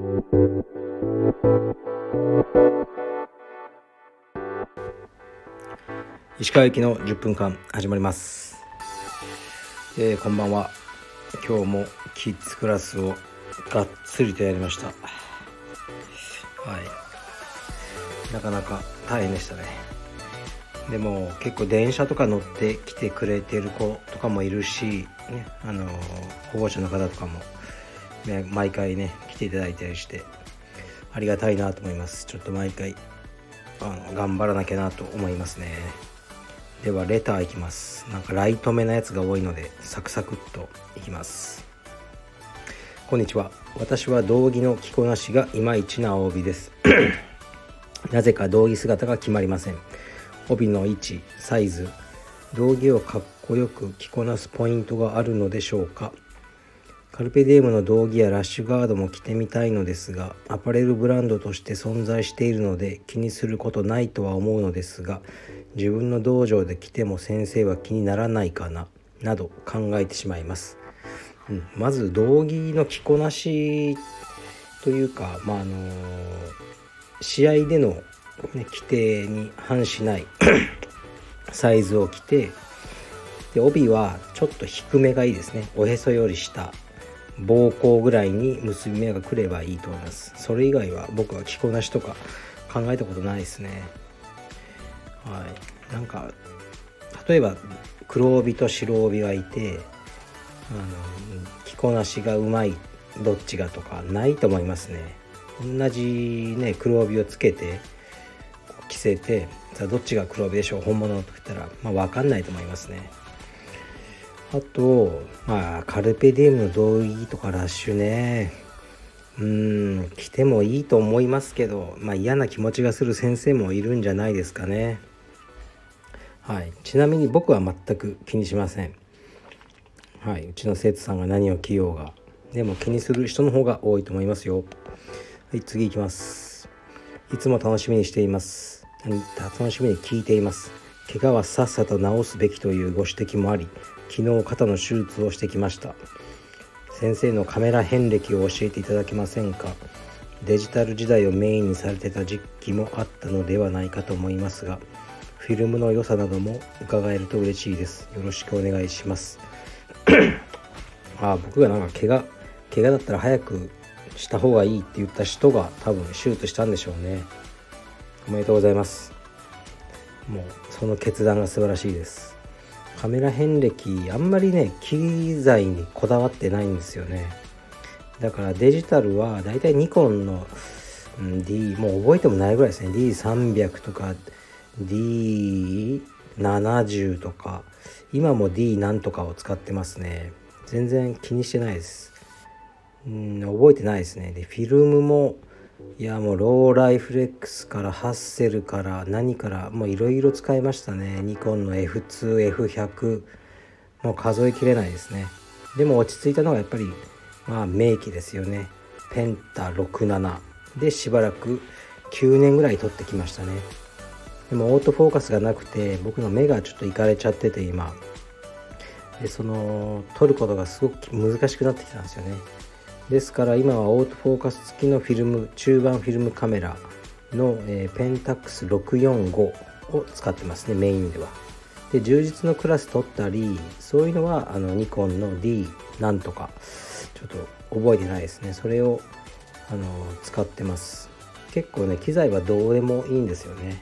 石川行きの10分間始まります。こんばんは。今日もキッズクラスをがっつりとやりました。はい、なかなか大変でしたね。でも結構電車とか乗ってきてくれてる子とかもいるし、ね、保護者の方とかも、ね、毎回ね来ていただいたりしてありがたいなと思います。ちょっと毎回頑張らなきゃなと思いますね。ではレターいきます。なんかライト目なやつが多いのでサクサクっといきます。こんにちは。私は道着の着こなしがいまいちな帯ですなぜか道着姿が決まりません。帯の位置、サイズ、道着をかっこよく着こなすポイントがあるのでしょうか。カルペディウムの道着やラッシュガードも着てみたいのですが、アパレルブランドとして存在しているので気にすることないとは思うのですが、自分の道場で着ても先生は気にならないかななど考えてしまいます。まず道着の着こなしというか、試合での、規定に反しないサイズを着て、で帯はちょっと低めがいいですね。おへそより下、膀胱ぐらいに結び目が来ればいいと思います。それ以外は僕は着こなしとか考えたことないですね。なんか例えば黒帯と白帯がいて、着こなしがうまいどっちがとかないと思いますね。同じね黒帯をつけて着せて、さあどっちが黒帯でしょう本物と言ったら分かんないと思いますね。あとカルペディウムの道着とかラッシュね、着てもいいと思いますけど、嫌な気持ちがする先生もいるんじゃないですかね。ちなみに僕は全く気にしません。うちの生徒さんが何を着ようが、でも気にする人の方が多いと思いますよ。次いきます。いつも楽しみにしています。楽しみに聞いています。怪我はさっさと治すべきというご指摘もあり、昨日肩の手術をしてきました。先生のカメラ遍歴を教えていただけませんか。デジタル時代をメインにされてた時期もあったのではないかと思いますが、フィルムの良さなども伺えると嬉しいです。よろしくお願いします僕がなんか怪我だったら早くした方がいいって言った人が多分手術したんでしょうね。おめでとうございます。もうその決断が素晴らしいです。カメラ遍歴あんまりね機材にこだわってないんですよね。だからデジタルはだいたいニコンの、D もう覚えてもないぐらいですね。 D300 とか D70 とか今も D なんとかを使ってますね。全然気にしてないです。覚えてないですね。でフィルムももうローライフレックスからハッセルから何からもういろいろ使いましたね。ニコンの F2、F100 もう数えきれないですね。でも落ち着いたのがやっぱり名機ですよね。ペンタ67でしばらく9年ぐらい撮ってきましたね。でもオートフォーカスがなくて僕の目がちょっといかれちゃってて今で、その撮ることがすごく難しくなってきたんですよね。ですから今はオートフォーカス付きのフィルム、中盤フィルムカメラの、ペンタックス645を使ってますね、メインでは。で充実のクラス撮ったりそういうのはニコンの D なんとかちょっと覚えてないですね。それを使ってます。結構ね機材はどうでもいいんですよね。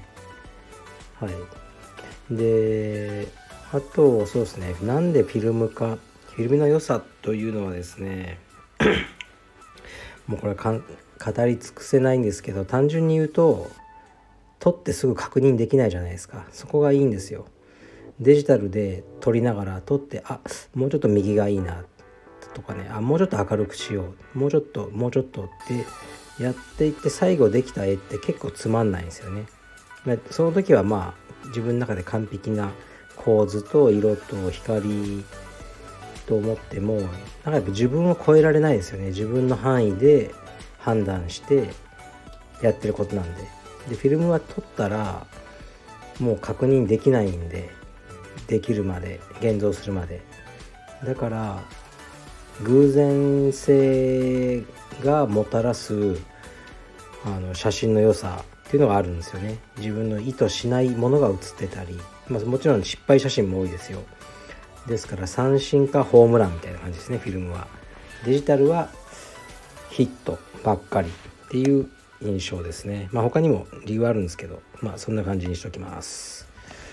であとそうですね、なんでフィルムの良さというのはですねもうこれは語り尽くせないんですけど、単純に言うと撮ってすぐ確認できないじゃないですか。そこがいいんですよ。デジタルで撮りながら撮ってもうちょっと右がいいなとかね、もうちょっと明るくしよう、もうちょっとってやっていって最後できた絵って結構つまんないんですよね。その時は自分の中で完璧な構図と色と光と思ってもなんかやっぱ自分を超えられないですよね。自分の範囲で判断してやってることなんで。フィルムは撮ったらもう確認できないんで、できるまで現像するまでだから偶然性がもたらす写真の良さっていうのがあるんですよね。自分の意図しないものが写ってたり、もちろん失敗写真も多いですよ。ですから三振かホームランみたいな感じですね。フィルムは。デジタルはヒットばっかりっていう印象ですね。他にも理由はあるんですけど、そんな感じにしときます。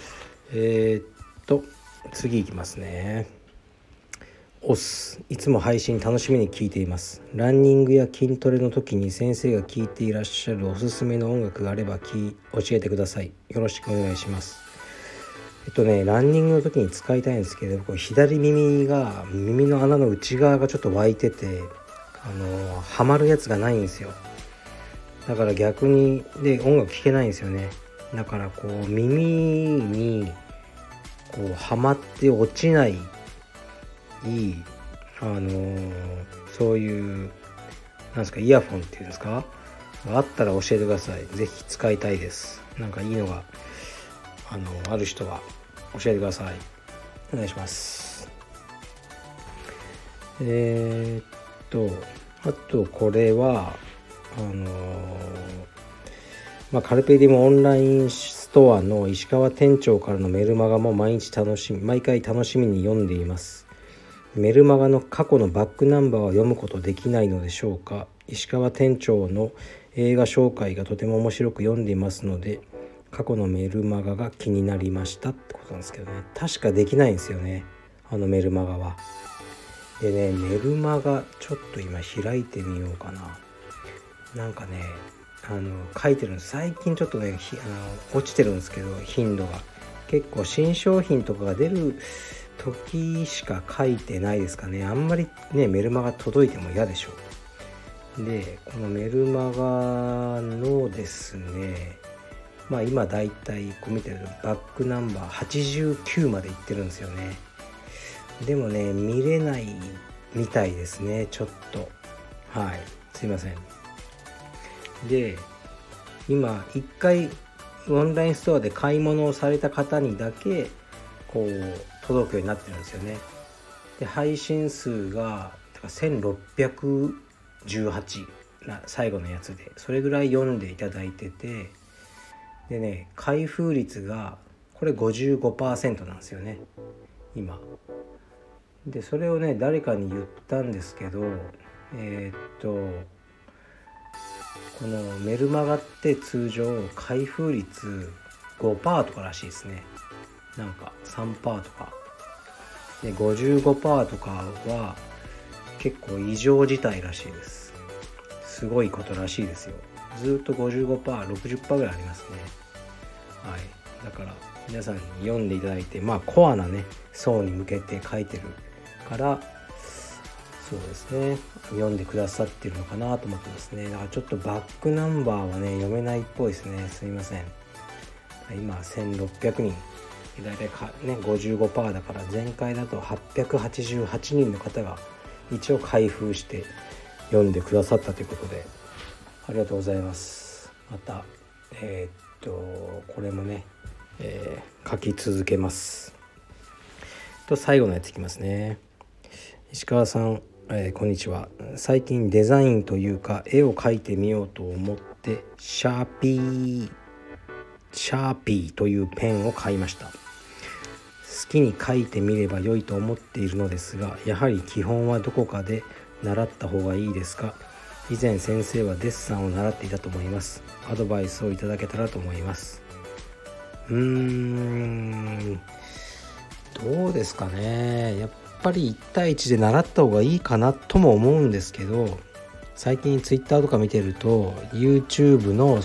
次いきますね。いつも配信楽しみに聞いています。ランニングや筋トレの時に先生が聴いていらっしゃるおすすめの音楽があれば教えてください。よろしくお願いします。ランニングの時に使いたいんですけど、左耳の穴の内側がちょっと湧いてて、はまるやつがないんですよ。だから逆に音楽聴けないんですよね。だから耳にはまって落ちないそういうイヤフォンっていうんですか、あったら教えてください。ぜひ使いたいです。いいのがある人は教えてください。お願いします。あとこれはカルペディムオンラインストアの石川店長からのメルマガも毎回楽しみに読んでいます。メルマガの過去のバックナンバーを読むことできないのでしょうか。石川店長の映画紹介がとても面白く読んでいますので、過去のメルマガが気になりましたってことなんですけどね。確かできないんですよね、メルマガは。でね、メルマガちょっと今開いてみようかな。書いてるんです。最近ちょっとね落ちてるんですけど、頻度が結構新商品とかが出る時しか書いてないですかね。あんまりねメルマガ届いても嫌でしょ。でこのメルマガのですね、今だいたい見てるとバックナンバー89までいってるんですよね。でもね見れないみたいですね、ちょっと。すいません。で今1回オンラインストアで買い物をされた方にだけ届くようになってるんですよね。で配信数が1618な最後のやつで、それぐらい読んでいただいてて、でね開封率がこれ 55% なんですよね今で。それをね誰かに言ったんですけど、このメルマガって通常開封率 5% とからしいですね。3% とかで 55% とかは結構異常事態らしいです。すごいことらしいですよ。ずっと 55%、60% ぐらいありますね。だから皆さんに読んでいただいて、コアなね層に向けて書いてるからそうですね、読んでくださってるのかなと思ってますね。だからちょっとバックナンバーはね読めないっぽいですね。すいません。今1600人だいたい55% だから、前回だと888人の方が一応開封して読んでくださったということでありがとうございます。またこれもね、書き続けます。最後のやついきますね。石川さん、こんにちは。最近デザインというか絵を描いてみようと思ってシャーピーというペンを買いました。好きに描いてみれば良いと思っているのですが、やはり基本はどこかで習った方がいいですか？以前先生はデッサンを習っていたと思います。アドバイスをいただけたらと思います。どうですかね。やっぱり1対1で習った方がいいかなとも思うんですけど、最近ツイッターとか見てると YouTube の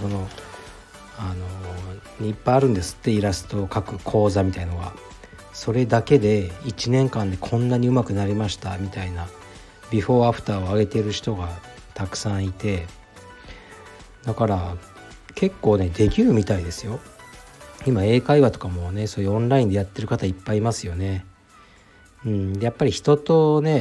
いっぱいあるんですって、イラストを描く講座みたいのが。それだけで1年間でこんなに上手くなりましたみたいなビフォーアフターを上げてる人がたくさんいて、だから結構ねできるみたいですよ。今英会話とかもねそういうオンラインでやってる方いっぱいいますよね。やっぱり人とね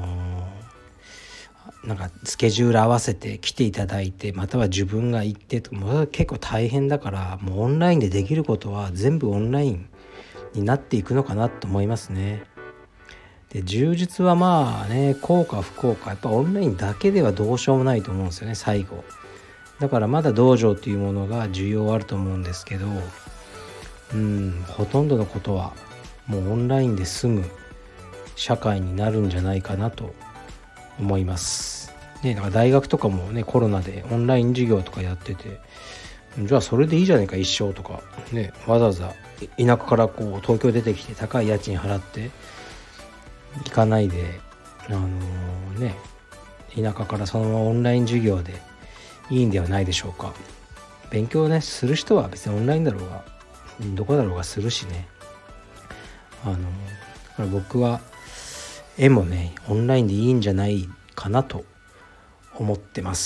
スケジュール合わせて来ていただいて、または自分が行ってとか結構大変だから、もうオンラインでできることは全部オンラインになっていくのかなと思いますね。 で充実はまあね、効果不効果やっぱオンラインだけではどうしようもないと思うんですよね、最後。だからまだ道場っていうものが需要あると思うんですけど、ほとんどのことはもうオンラインで済む社会になるんじゃないかなと思いますね。なんか大学とかもね、コロナでオンライン授業とかやってて、じゃあそれでいいじゃないか一生とかね、わざわざ田舎からこう東京出てきて高い家賃払って行かないで、田舎からそのままオンライン授業でいいんではないでしょうか。勉強ねする人は別にオンラインだろうがどこだろうがするしね。だから僕は絵もねオンラインでいいんじゃないかなと思ってます。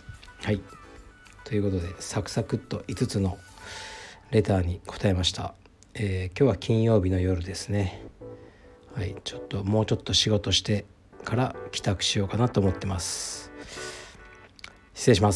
はい、ということでサクサクっと5つのレターに答えました。今日は金曜日の夜ですね。はい、もうちょっと仕事してから帰宅しようかなと思ってます。失礼します。